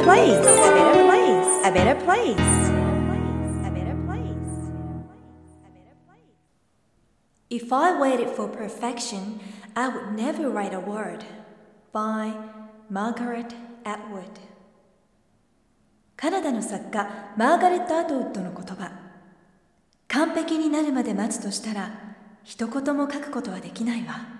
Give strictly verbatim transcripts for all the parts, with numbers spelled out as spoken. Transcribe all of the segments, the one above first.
place, a better place, a better place, a better place. If I waited for perfection, I would never write a word. By Margaret Atwood。 カナダの作家マーガレット・アトウッドの言葉。完璧になるまで待つとしたら一言も書くことはできないわ。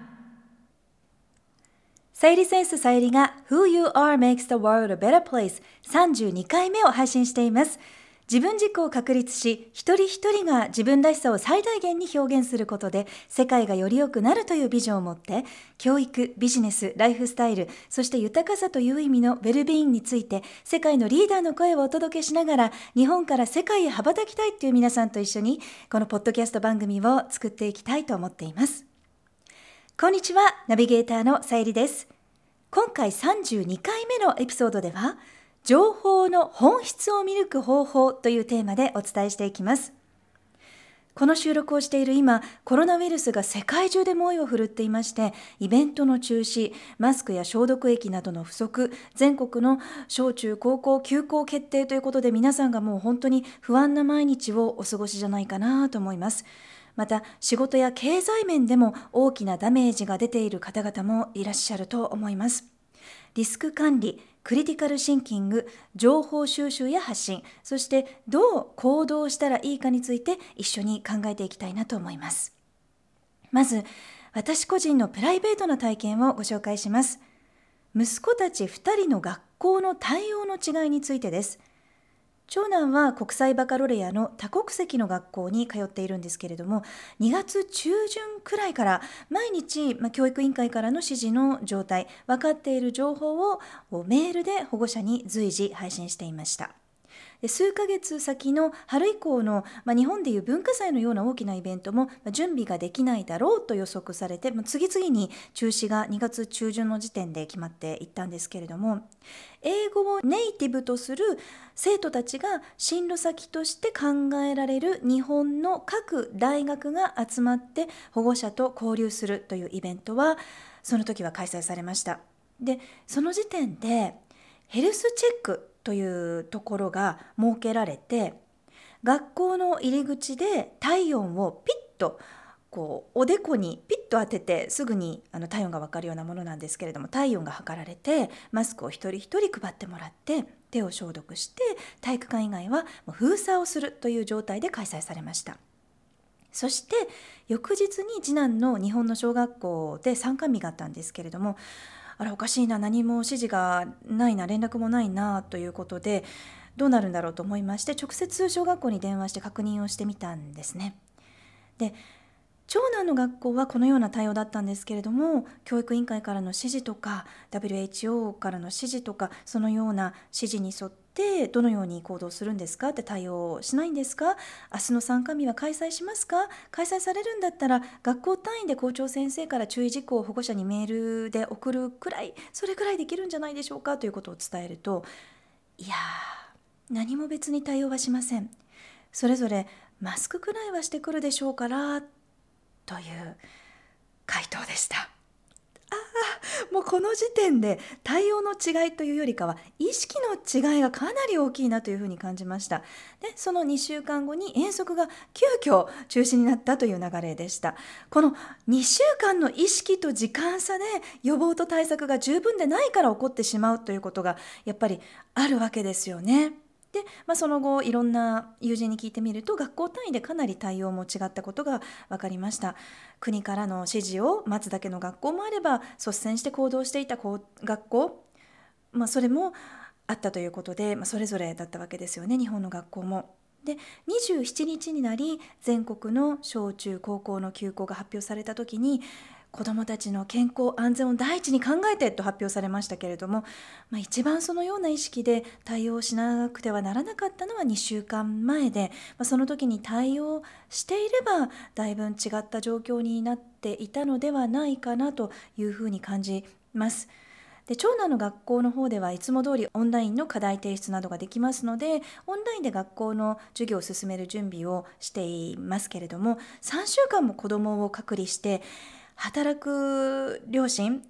さゆりセンスさゆりが Who You Are Makes the World a Better Place さんじゅうにかいめを配信しています。自分軸を確立し、一人一人が自分らしさを最大限に表現することで世界がより良くなるというビジョンを持って、教育、ビジネス、ライフスタイル、そして豊かさという意味のウェルビーイングについて世界のリーダーの声をお届けしながら、日本から世界へ羽ばたきたいという皆さんと一緒にこのポッドキャスト番組を作っていきたいと思っています。こんにちは、ナビゲーターのさゆりです。今回さんじゅうにかいめのエピソードでは、情報の本質を見抜く方法というテーマでお伝えしていきます。この収録をしている今、コロナウイルスが世界中で猛威を振るっていまして、イベントの中止、マスクや消毒液などの不足、全国の小中高校休校決定ということで、皆さんがもう本当に不安な毎日をお過ごしじゃないかなと思います。また仕事や経済面でも大きなダメージが出ている方々もいらっしゃると思います。リスク管理、クリティカルシンキング、情報収集や発信、そしてどう行動したらいいかについて一緒に考えていきたいなと思います。まず、私個人のプライベートな体験をご紹介します。息子たちふたりの学校の対応の違いについてです。長男は国際バカロレアの多国籍の学校に通っているんですけれども、にがつ中旬くらいから毎日、まあ、教育委員会からの指示の状態、分かっている情報をメールで保護者に随時配信していました。で数ヶ月先の春以降の、まあ、日本でいう文化祭のような大きなイベントも、まあ、準備ができないだろうと予測されて、まあ、次々に中止がにがつ中旬の時点で決まっていったんですけれども、英語をネイティブとする生徒たちが進路先として考えられる日本の各大学が集まって保護者と交流するというイベントはその時は開催されました。で、その時点でヘルスチェックというところが設けられて、学校の入り口で体温をピッとこうおでこにピッと当ててすぐにあの体温が分かるようなものなんですけれども、体温が測られてマスクを一人一人配ってもらって手を消毒して体育館以外は封鎖をするという状態で開催されました。そして翌日に次男の日本の小学校で参観日があったんですけれども、あらおかしいな、何も指示がないな、連絡もないなということでどうなるんだろうと思いまして、直接小学校に電話して確認をしてみたんですね。で、長男の学校はこのような対応だったんですけれども、教育委員会からの指示とか ダブリューエイチオー からの指示とか、そのような指示に沿ってどのように行動するんですかって、対応しないんですか、明日の参観日は開催しますか、開催されるんだったら学校単位で校長先生から注意事項を保護者にメールで送るくらい、それくらいできるんじゃないでしょうかということを伝えると、いやー、何も別に対応はしません、それぞれマスクくらいはしてくるでしょうからという回答でした。ああ、もうこの時点で対応の違いというよりかは意識の違いがかなり大きいなというふうに感じました。で、そのにしゅうかんごに遠足が急遽中止になったという流れでした。このにしゅうかんの意識と時間差で予防と対策が十分でないから起こってしまうということがやっぱりあるわけですよね。で、まあ、その後いろんな友人に聞いてみると、学校単位でかなり対応も違ったことが分かりました。国からの指示を待つだけの学校もあれば、率先して行動していた学校、まあ、それもあったということで、まあ、それぞれだったわけですよね、日本の学校も。で、にじゅうしちにちになり全国の小中高校の休校が発表された時に、子どもたちの健康安全を第一に考えてと発表されましたけれども、まあ、一番そのような意識で対応しなくてはならなかったのはにしゅうかんまえで、まあ、その時に対応していればだいぶ違った状況になっていたのではないかなというふうに感じます。で、長男の学校の方ではいつも通りオンラインの課題提出などができますので、オンラインで学校の授業を進める準備をしていますけれども、さんしゅうかんも子どもを隔離して働く両親、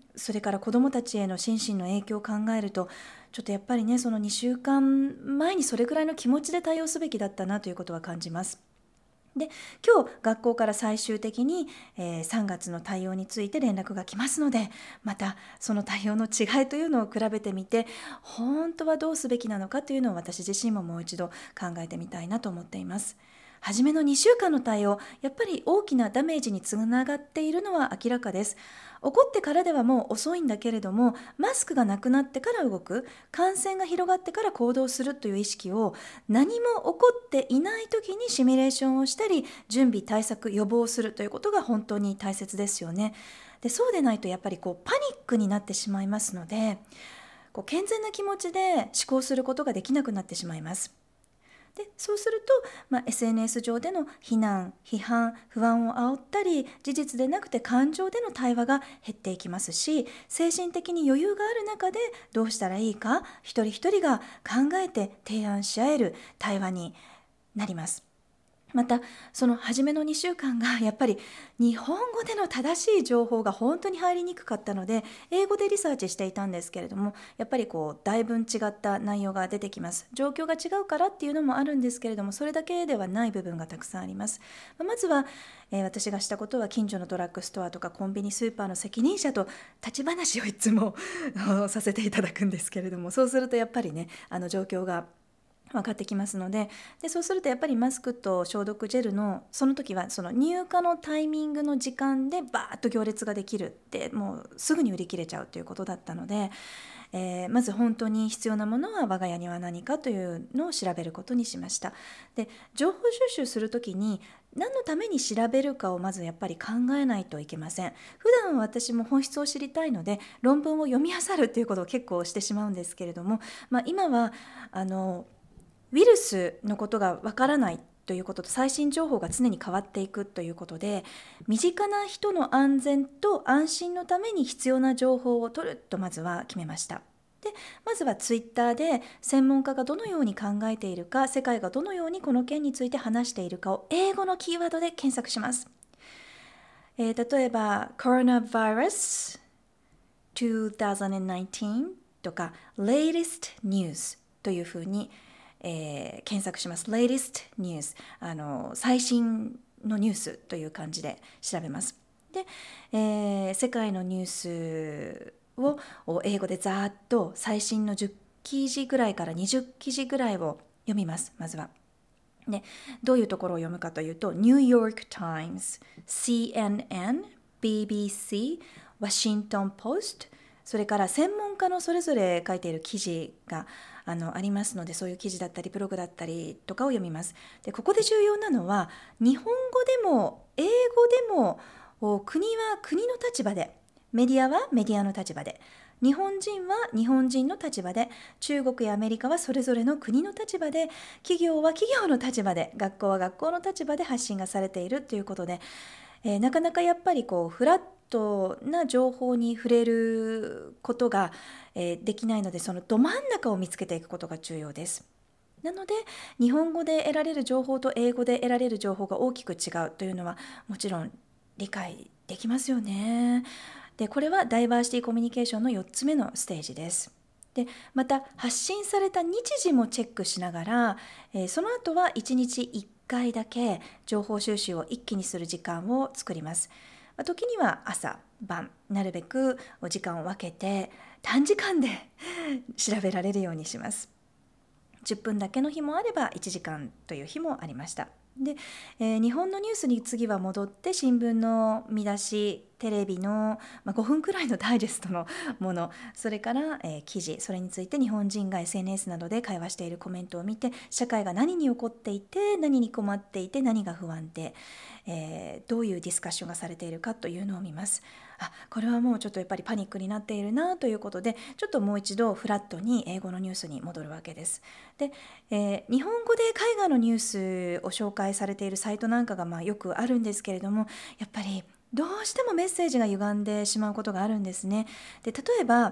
それから子どもたちへの心身の影響を考えると、ちょっとやっぱりね、そのにしゅうかんまえにそれくらいの気持ちで対応すべきだったなということは感じます。で、今日学校から最終的に、えー、さんがつの対応について連絡が来ますので、またその対応の違いというのを比べてみて、本当はどうすべきなのかというのを私自身ももう一度考えてみたいなと思っています。初めのにしゅうかんの対応、やっぱり大きなダメージにつながっているのは明らかです。怒ってからではもう遅いんだけれども、マスクがなくなってから動く、感染が広がってから行動するという意識を、何も起こっていない時にシミュレーションをしたり、準備対策予防するということが本当に大切ですよね。で、そうでないとやっぱりこうパニックになってしまいますので、こう健全な気持ちで思考することができなくなってしまいます。でそうすると、まあ、エスエヌエス 上での非難、批判、不安を煽ったり、事実でなくて感情での対話が減っていきますし、精神的に余裕がある中でどうしたらいいか、一人一人が考えて提案し合える対話になります。またその初めのにしゅうかんがやっぱり日本語での正しい情報が本当に入りにくかったので、英語でリサーチしていたんですけれども、やっぱりこうだいぶ違った内容が出てきます。状況が違うからっていうのもあるんですけれども、それだけではない部分がたくさんあります。まずは、えー、私がしたことは近所のドラッグストアとかコンビニスーパーの責任者と立ち話をいつもさせていただくんですけれども、そうするとやっぱりね、あの状況が分かってきますので、でそうするとやっぱりマスクと消毒ジェルのその時はその入荷のタイミングの時間でバーッと行列ができるって、もうすぐに売り切れちゃうということだったので、えー、まず本当に必要なものは我が家には何かというのを調べることにしました。で情報収集する時に何のために調べるかをまずやっぱり考えないといけません。普段は私も本質を知りたいので論文を読み漁るっていうことを結構してしまうんですけれども、まあ、今はあのウイルスのことがわからないということと、最新情報が常に変わっていくということで、身近な人の安全と安心のために必要な情報を取るとまずは決めました。でまずはツイッターで専門家がどのように考えているか、世界がどのようにこの件について話しているかを英語のキーワードで検索します。えー、例えば Coronavirus にせんじゅうきゅうとか Latest News というふうにえー、検索します。Latest News、 あの最新のニュースという感じで調べます。で、えー、世界のニュースを英語でざーっと最新のじゅっきじぐらいからにじゅっきじぐらいを読みます。まずはでどういうところを読むかというと、ニューヨークタイムズ、シーエヌエヌ、ビービーシー、ワシントンポスト、それから専門家のそれぞれ書いている記事があのありますので、そういう記事だったりブログだったりとかを読みます。でここで重要なのは、日本語でも英語でも国は国の立場で、メディアはメディアの立場で、日本人は日本人の立場で、中国やアメリカはそれぞれの国の立場で、企業は企業の立場で、学校は学校の立場で発信がされているということで、えー、なかなかやっぱりこうフラットな情報に触れることが、えー、できないので、そのど真ん中を見つけていくことが重要です。なので日本語で得られる情報と英語で得られる情報が大きく違うというのはもちろん理解できますよね。でこれはダイバーシティコミュニケーションのよっつめのステージです。でまた発信された日時もチェックしながら、えー、その後はいちにちいっかいだけ情報収集を一気にする時間を作ります。時には朝晩、なるべくお時間を分けて短時間で調べられるようにします。じゅっぷんだけの日もあればいちじかんという日もありました。で、えー、日本のニュースに次は戻って、新聞の見出し、テレビの、まあ、ごふんくらいのダイジェストのもの、それから、えー、記事、それについて日本人が エスエヌエス などで会話しているコメントを見て、社会が何に起こっていて、何に困っていて、何が不安で、えー、どういうディスカッションがされているかというのを見ます。あ、これはもうちょっとやっぱりパニックになっているなということで、ちょっともう一度フラットに英語のニュースに戻るわけです。で、えー、日本語で海外のニュースを紹介されているサイトなんかがまあよくあるんですけれども、やっぱりどうしてもメッセージが歪んでしまうことがあるんですね。で例えば、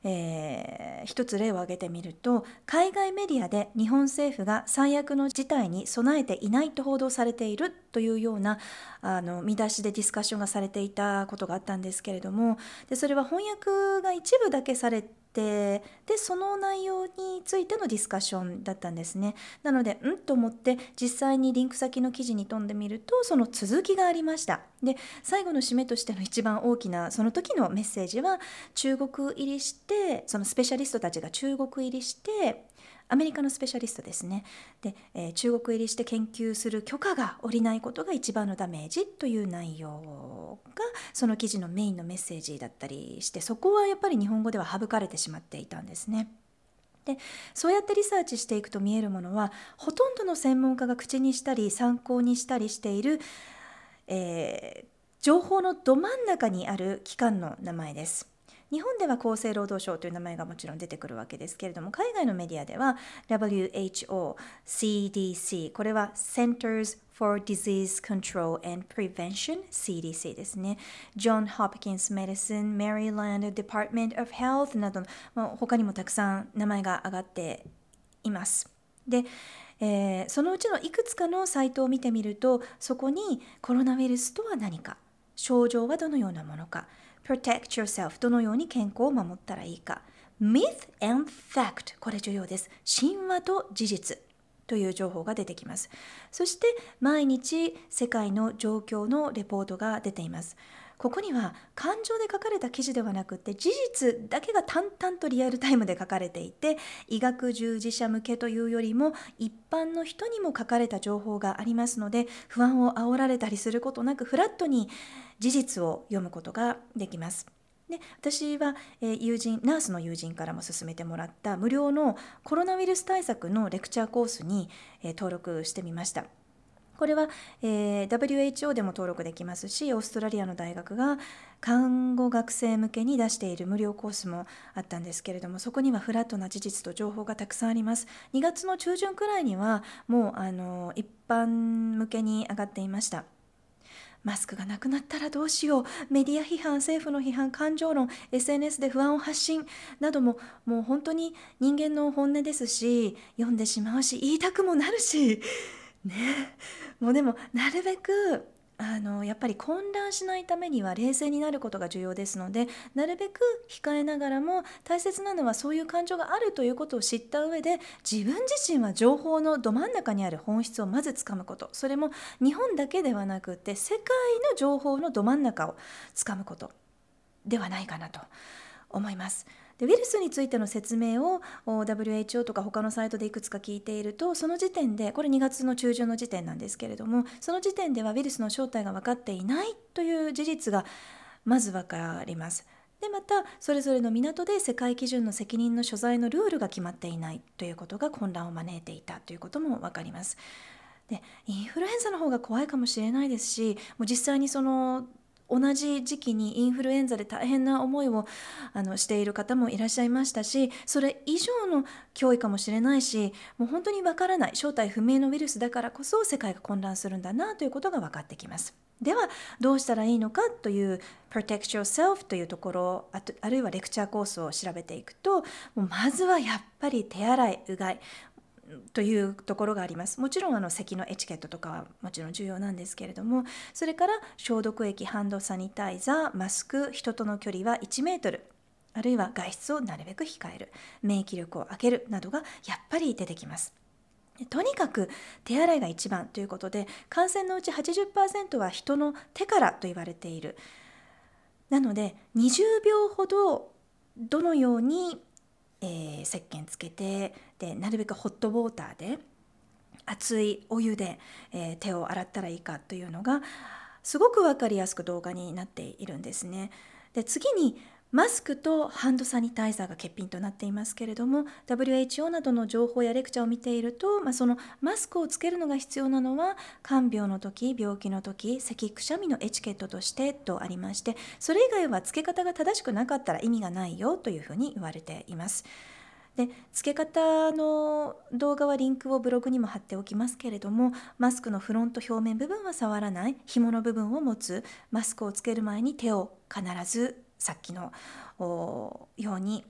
えー、一つ例を挙げてみると、海外メディアで日本政府が最悪の事態に備えていないと報道されているというようなあの見出しでディスカッションがされていたことがあったんですけれども、でそれは翻訳が一部だけされてでその内容についてのディスカッションだったんですね。なのでんと思って実際にリンク先の記事に飛んでみると、その続きがありました。で最後の締めとしての一番大きなその時のメッセージは、中国入りしてそのスペシャリストたちが中国入りしてアメリカのスペシャリストですね。で、えー、中国入りして研究する許可が下りないことが一番のダメージという内容がその記事のメインのメッセージだったりして、そこはやっぱり日本語では省かれてしまっていたんですね。でそうやってリサーチしていくと見えるものは、ほとんどの専門家が口にしたり参考にしたりしている、えー、情報のど真ん中にある機関の名前です。日本では厚生労働省という名前がもちろん出てくるわけですけれども、海外のメディアでは ダブリューエイチオー、シーディーシー、これは Centers for Disease Control and Prevention、シーディーシー ですね。John Hopkins Medicine、Maryland Department of Health など、他にもたくさん名前が挙がっています。で、えー、そのうちのいくつかのサイトを見てみると、そこにコロナウイルスとは何か、症状はどのようなものか、Protect yourself、 どのように健康を守ったらいいか、 Myth and Fact、 これ重要です。神話と事実という情報が出てきます。そして毎日世界の状況のレポートが出ています。ここには感情で書かれた記事ではなくて、事実だけが淡々とリアルタイムで書かれていて、医学従事者向けというよりも一般の人にも書かれた情報がありますので、不安を煽られたりすることなくフラットに事実を読むことができます。で私は、えー、友人ナースの友人からも勧めてもらった無料のコロナウイルス対策のレクチャーコースに、えー、登録してみました。これは、えー、ダブリューエイチオー でも登録できますし、オーストラリアの大学が看護学生向けに出している無料コースもあったんですけれども、そこにはフラットな事実と情報がたくさんあります。にがつの中旬くらいにはもうあの一般向けに上がっていました。マスクがなくなったらどうしよう、メディア批判、政府の批判、感情論、 エスエヌエス で不安を発信なども、もう本当に人間の本音ですし、読んでしまうし言いたくもなるしね、もうでもなるべくあのやっぱり混乱しないためには冷静になることが重要ですので、なるべく控えながらも、大切なのはそういう感情があるということを知った上で、自分自身は情報のど真ん中にある本質をまずつかむこと、それも日本だけではなくて世界の情報のど真ん中をつかむことではないかなと思います。でウイルスについての説明を ダブリューエイチオー とか他のサイトでいくつか聞いていると、その時点で、これにがつの中旬の時点なんですけれども、その時点ではウイルスの正体が分かっていないという事実がまず分かります。でまたそれぞれの港で世界基準の責任の所在のルールが決まっていないということが混乱を招いていたということも分かります。でインフルエンザの方が怖いかもしれないですし、もう実際にその同じ時期にインフルエンザで大変な思いをあのしている方もいらっしゃいましたし、それ以上の脅威かもしれないし、もう本当にわからない、正体不明のウイルスだからこそ世界が混乱するんだなということが分かってきます。ではどうしたらいいのかという Protect Yourself というところ、あとあるいはレクチャーコースを調べていくと、もうまずはやっぱり手洗い、うがいというところがあります。もちろんあの咳のエチケットとかはもちろん重要なんですけれども、それから消毒液、ハンドサニタイザー、マスク、人との距離はいちメートル、あるいは外出をなるべく控える、免疫力を上げるなどがやっぱり出てきます。とにかく手洗いが一番ということで、感染のうち はちじゅっパーセント は人の手からと言われている。なのでにじゅうびょうほどどのようにえー、石鹸つけて、でなるべくホットウォーターで熱いお湯で、えー、手を洗ったらいいかというのがすごく分かりやすく動画になっているんですね。で次にマスクとハンドサニタイザーが欠品となっていますけれども、 ダブリューエイチオー などの情報やレクチャーを見ていると、まあ、そのマスクをつけるのが必要なのは看病の時、病気の時、咳くしゃみのエチケットとしてとありまして、それ以外はつけ方が正しくなかったら意味がないよというふうに言われています。でつけ方の動画はリンクをブログにも貼っておきますけれども、マスクのフロント表面部分は触らない、紐の部分を持つ、マスクをつける前に手を必ずさっきのように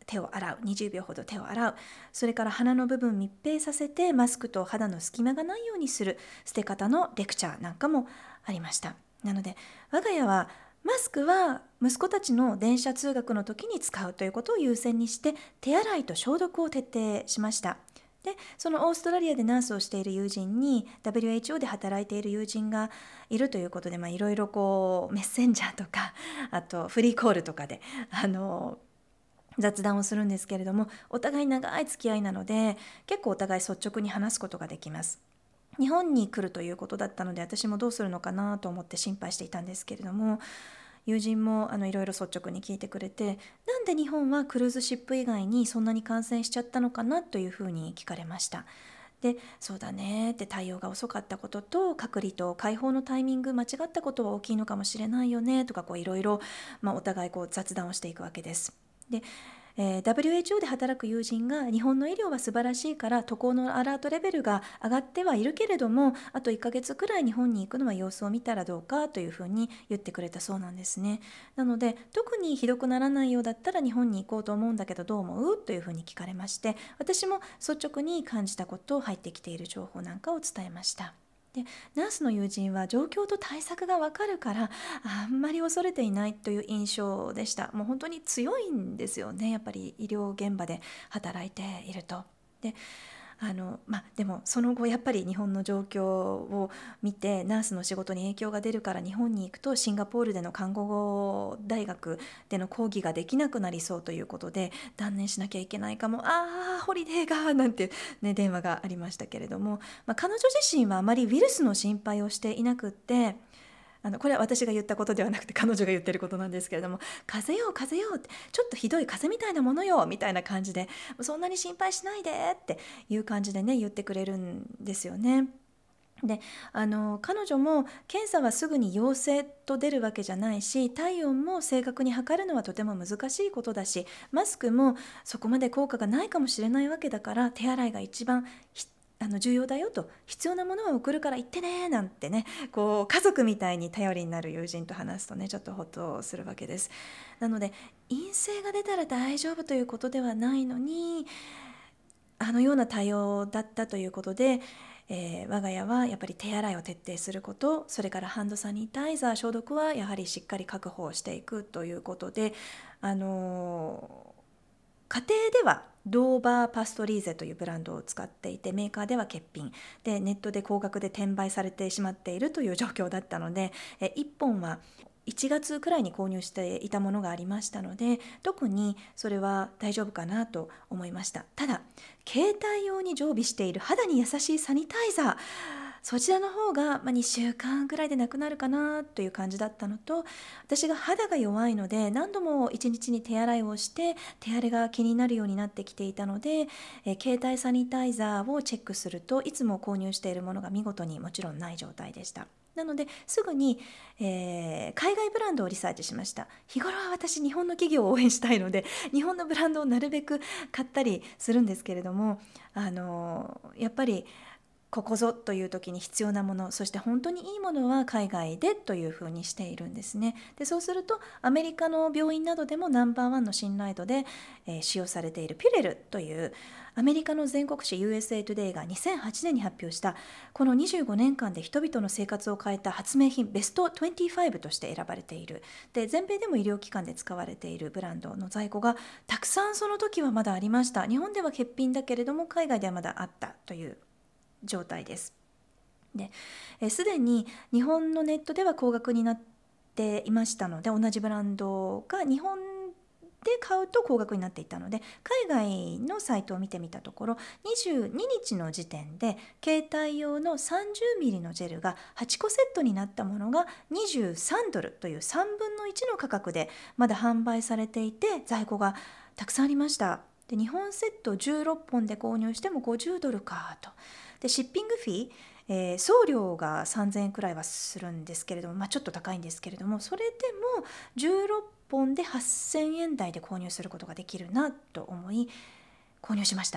手を洗う、にじゅうびょうほど手を洗う、それから鼻の部分密閉させてマスクと肌の隙間がないようにする捨て方のレクチャーなんかもありました。なので我が家はマスクは息子たちの電車通学の時に使うということを優先にして、手洗いと消毒を徹底しました。でそのオーストラリアでナースをしている友人に ダブリューエイチオー で働いている友人がいるということで、いろいろこうメッセンジャーとかあとフリーコールとかであの雑談をするんですけれども、お互い長い付き合いなので結構お互い率直に話すことができます。日本に来るということだったので、私もどうするのかなと思って心配していたんですけれども、友人もあのいろいろ率直に聞いてくれて、なんで日本はクルーズシップ以外にそんなに感染しちゃったのかなというふうに聞かれました。でそうだねって対応が遅かったことと隔離と解放のタイミング間違ったことは大きいのかもしれないよねとか、いろいろお互いこう雑談をしていくわけです。でえー、ダブリューエイチオー で働く友人が、日本の医療は素晴らしいから渡航のアラートレベルが上がってはいるけれども、あといっかげつくらい日本に行くのは様子を見たらどうかというふうに言ってくれたそうなんですね。なので特にひどくならないようだったら日本に行こうと思うんだけどどう思うというふうに聞かれまして、私も率直に感じたことを、入ってきている情報なんかを伝えました。でナースの友人は状況と対策が分かるからあんまり恐れていないという印象でした。もう本当に強いんですよね、やっぱり医療現場で働いていると。であのまあ、でもその後やっぱり日本の状況を見て、ナースの仕事に影響が出るから日本に行くとシンガポールでの看護大学での講義ができなくなりそうということで断念しなきゃいけないかも、あーホリデーがなんて、ね、電話がありましたけれども、まあ、彼女自身はあまりウイルスの心配をしていなくって、あのこれは私が言ったことではなくて彼女が言ってることなんですけれども、風邪よ風邪よって、ちょっとひどい風邪みたいなものよみたいな感じで、そんなに心配しないでっていう感じでね言ってくれるんですよね。であの彼女も検査はすぐに陽性と出るわけじゃないし、体温も正確に測るのはとても難しいことだし、マスクもそこまで効果がないかもしれないわけだから、手洗いが一番あの重要だよと、必要なものは送るから言ってねなんてね、こう家族みたいに頼りになる友人と話すとね、ちょっとほっとするわけです。なので陰性が出たら大丈夫ということではないのに、あのような対応だったということで、えー、我が家はやっぱり手洗いを徹底すること、それからハンドサニタイザー消毒はやはりしっかり確保していくということで、あのー、家庭ではドーバーパストリーゼというブランドを使っていて、メーカーでは欠品でネットで高額で転売されてしまっているという状況だったので、えいっぽんはいちがつくらいに購入していたものがありましたので、特にそれは大丈夫かなと思いました。ただ携帯用に常備している肌に優しいサニタイザー、そちらの方がにしゅうかんぐらいでなくなるかなという感じだったのと、私が肌が弱いので何度もいちにちに手洗いをして手荒れが気になるようになってきていたので、え携帯サニタイザーをチェックするといつも購入しているものが見事にもちろんない状態でした。なのですぐに、えー、海外ブランドをリサーチしました。日頃は私日本の企業を応援したいので日本のブランドをなるべく買ったりするんですけれども、あのやっぱりここぞという時に必要なもの、そして本当にいいものは海外でというふうにしているんですね。でそうするとアメリカの病院などでもナンバーワンの信頼度で、えー、使用されているピュレルというアメリカの全国紙 ユーエスエー トゥデイがにせんはちねんに発表したこのにじゅうごねんかんで人々の生活を変えた発明品ベストにじゅうごとして選ばれている、で全米でも医療機関で使われているブランドの在庫がたくさんその時はまだありました。日本では欠品だけれども海外ではまだあったという状態です。で、えすでに日本のネットでは高額になっていましたので、同じブランドが日本で買うと高額になっていたので、海外のサイトを見てみたところにじゅうににちの時点で携帯用のさんじゅうミリのジェルがはちこセットになったものがにじゅうさんドルというさんぶんのいちの価格でまだ販売されていて、在庫がたくさんありました。でにほんセットじゅうろっぽんで購入してもごじゅうドルかと。でシッピングフィー、えー、送料がさんぜんえんくらいはするんですけれども、まあ、ちょっと高いんですけれども、それでもじゅうろっぽんではっせんえん台で購入することができるなと思い購入しました。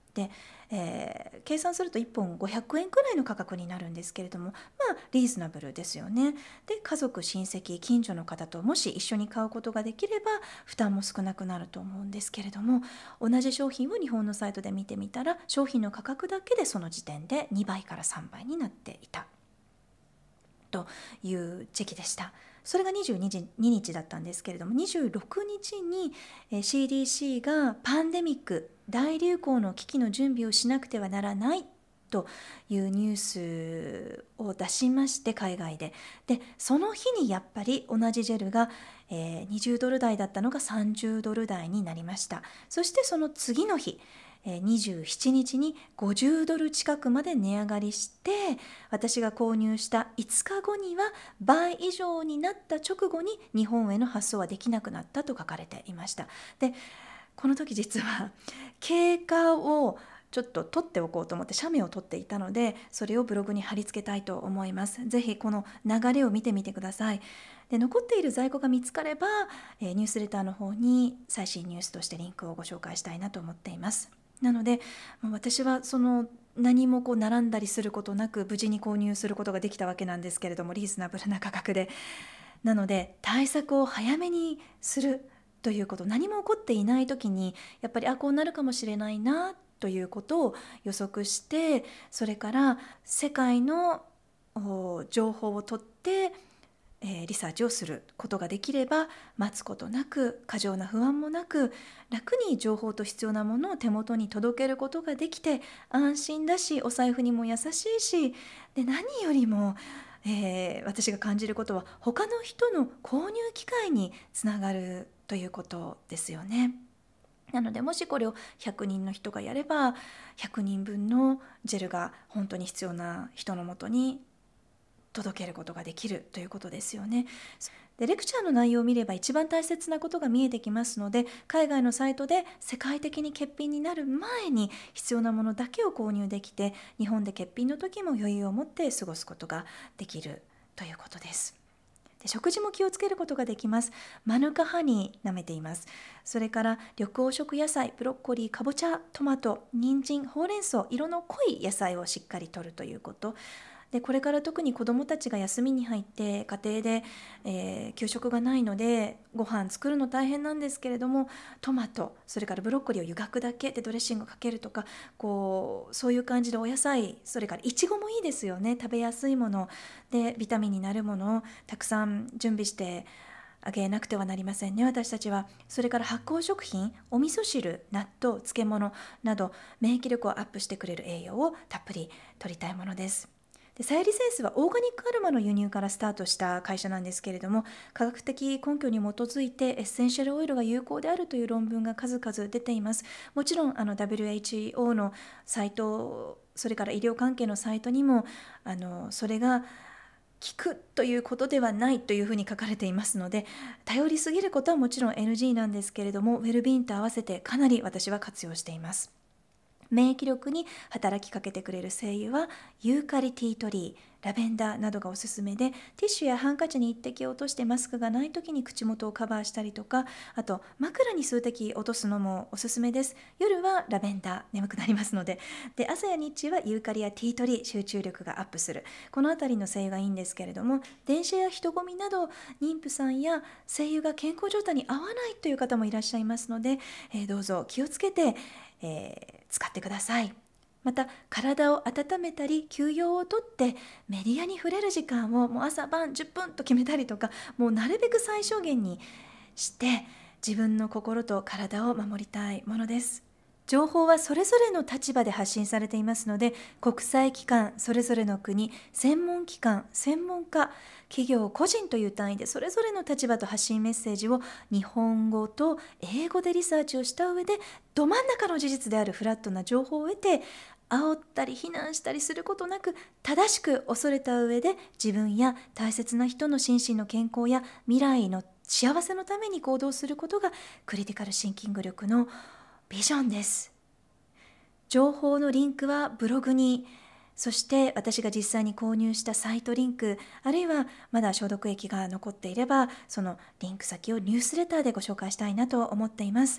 で、えー計算するといっぽんごひゃくえんくらいの価格になるんですけれども、まあリーズナブルですよね。で、家族親戚近所の方ともし一緒に買うことができれば負担も少なくなると思うんですけれども、同じ商品を日本のサイトで見てみたら商品の価格だけでその時点でにばいからさんばいになっていたという時期でした。それがにじゅうににちだったんですけれども、にじゅうろくにちに シーディーシー がパンデミック大流行の危機の準備をしなくてはならないというニュースを出しまして、海外ででその日にやっぱり同じジェルが、えー、にじゅうドル台だったのがさんじゅうドル台になりました。そしてその次の日にじゅうしちにちにごじゅうドル近くまで値上がりして、私が購入したいつかごには倍以上になった直後に日本への発送はできなくなったと書かれていました。でこの時実は経過をちょっと取っておこうと思って写メを撮っていたので、それをブログに貼り付けたいと思います。ぜひこの流れを見てみてください。で残っている在庫が見つかれば、えーニュースレターの方に最新ニュースとしてリンクをご紹介したいなと思っています。なのでもう私はその何もこう並んだりすることなく無事に購入することができたわけなんですけれども、リーズナブルな価格で。なので対策を早めにするということ、何も起こっていない時にやっぱりあこうなるかもしれないなということを予測して、それから世界のお情報を取ってえーリサーチをすることができれば、待つことなく過剰な不安もなく楽に情報と必要なものを手元に届けることができて安心だし、お財布にも優しいし、で何よりも、えー私が感じることは他の人の購入機会につながるということですよね。なのでもしこれをひゃくにんの人がやればひゃくにんぶんのジェルが本当に必要な人のもとに届けることができるということですよね。でレクチャーの内容を見れば一番大切なことが見えてきますので、海外のサイトで世界的に欠品になる前に必要なものだけを購入できて、日本で欠品の時も余裕を持って過ごすことができるということです。で食事も気をつけることができます。マヌカハニー舐めています。それから緑黄色野菜、ブロッコリー、かぼちゃ、トマト、人参、ほうれん草、色の濃い野菜をしっかり摂るということ。でこれから特に子どもたちが休みに入って家庭で、えー給食がないのでご飯作るの大変なんですけれども、トマトそれからブロッコリーを湯がくだけでドレッシングかけるとか、こうそういう感じでお野菜、それからいちごもいいですよね。食べやすいものでビタミンになるものをたくさん準備してあげなくてはなりませんね、私たちは。それから発酵食品、お味噌汁、納豆、漬物など免疫力をアップしてくれる栄養をたっぷり摂りたいものです。でサヤリセンスはオーガニックアロマの輸入からスタートした会社なんですけれども、科学的根拠に基づいてエッセンシャルオイルが有効であるという論文が数々出ています。もちろんあの ダブリューエイチオー のサイト、それから医療関係のサイトにもあのそれが効くということではないというふうに書かれていますので、頼りすぎることはもちろん エヌジー なんですけれども、ウェルビーインと合わせてかなり私は活用しています。免疫力に働きかけてくれる精油はユーカリティートリー、ラベンダーなどがおすすめで、ティッシュやハンカチに一滴落としてマスクがない時に口元をカバーしたりとか、あと枕に数滴落とすのもおすすめです。夜はラベンダー、眠くなりますので。で朝や日中はユーカリやティートリー、集中力がアップする、このあたりの精油がいいんですけれども、電車や人混みなど妊婦さんや精油が健康状態に合わないという方もいらっしゃいますので、えーどうぞ気をつけて、えー使ってください。また体を温めたり休養をとってメディアに触れる時間をもう朝晩じゅっぷんと決めたりとか、もうなるべく最小限にして自分の心と体を守りたいものです。情報はそれぞれの立場で発信されていますので、国際機関、それぞれの国、専門機関、専門家、企業、個人という単位でそれぞれの立場と発信メッセージを日本語と英語でリサーチをした上で、ど真ん中の事実であるフラットな情報を得て、煽ったり非難したりすることなく、正しく恐れた上で自分や大切な人の心身の健康や未来の幸せのために行動することがクリティカルシンキング力のビジョンです。情報のリンクはブログに、そして私が実際に購入したサイトリンク、あるいはまだ消毒液が残っていればそのリンク先をニュースレターでご紹介したいなと思っています。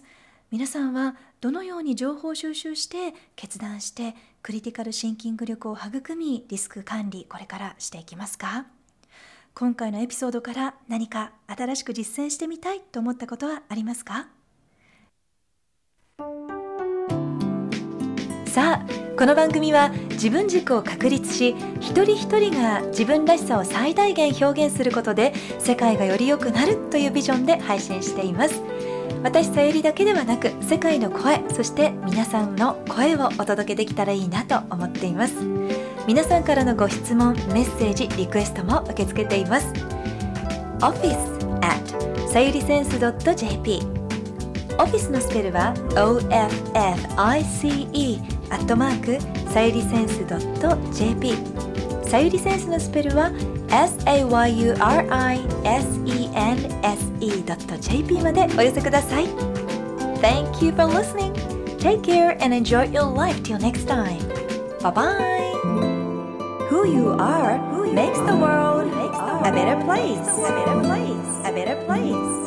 皆さんはどのように情報収集して決断してクリティカルシンキング力を育み、リスク管理これからしていきますか？今回のエピソードから何か新しく実践してみたいと思ったことはありますか？さあ、この番組は自分軸を確立し、一人一人が自分らしさを最大限表現することで世界がより良くなるというビジョンで配信しています。私さゆりだけではなく、世界の声、そして皆さんの声をお届けできたらいいなと思っています。皆さんからのご質問、メッセージ、リクエストも受け付けています。オフィス at さゆりセンス ドット ジェーピー オフィスのスペルは オーエフエフアイシーイー アットマークさゆりセンス ドット ジェーピー さゆりセンスのスペルは エス エー ワイ ユー アール アイ エス イー エヌ エス イー ドット ジェーピー までお寄せください。 Thank you for listening. Take care and enjoy your life till next time. Bye bye. Who you are makes the world a better place. A better place. A better place.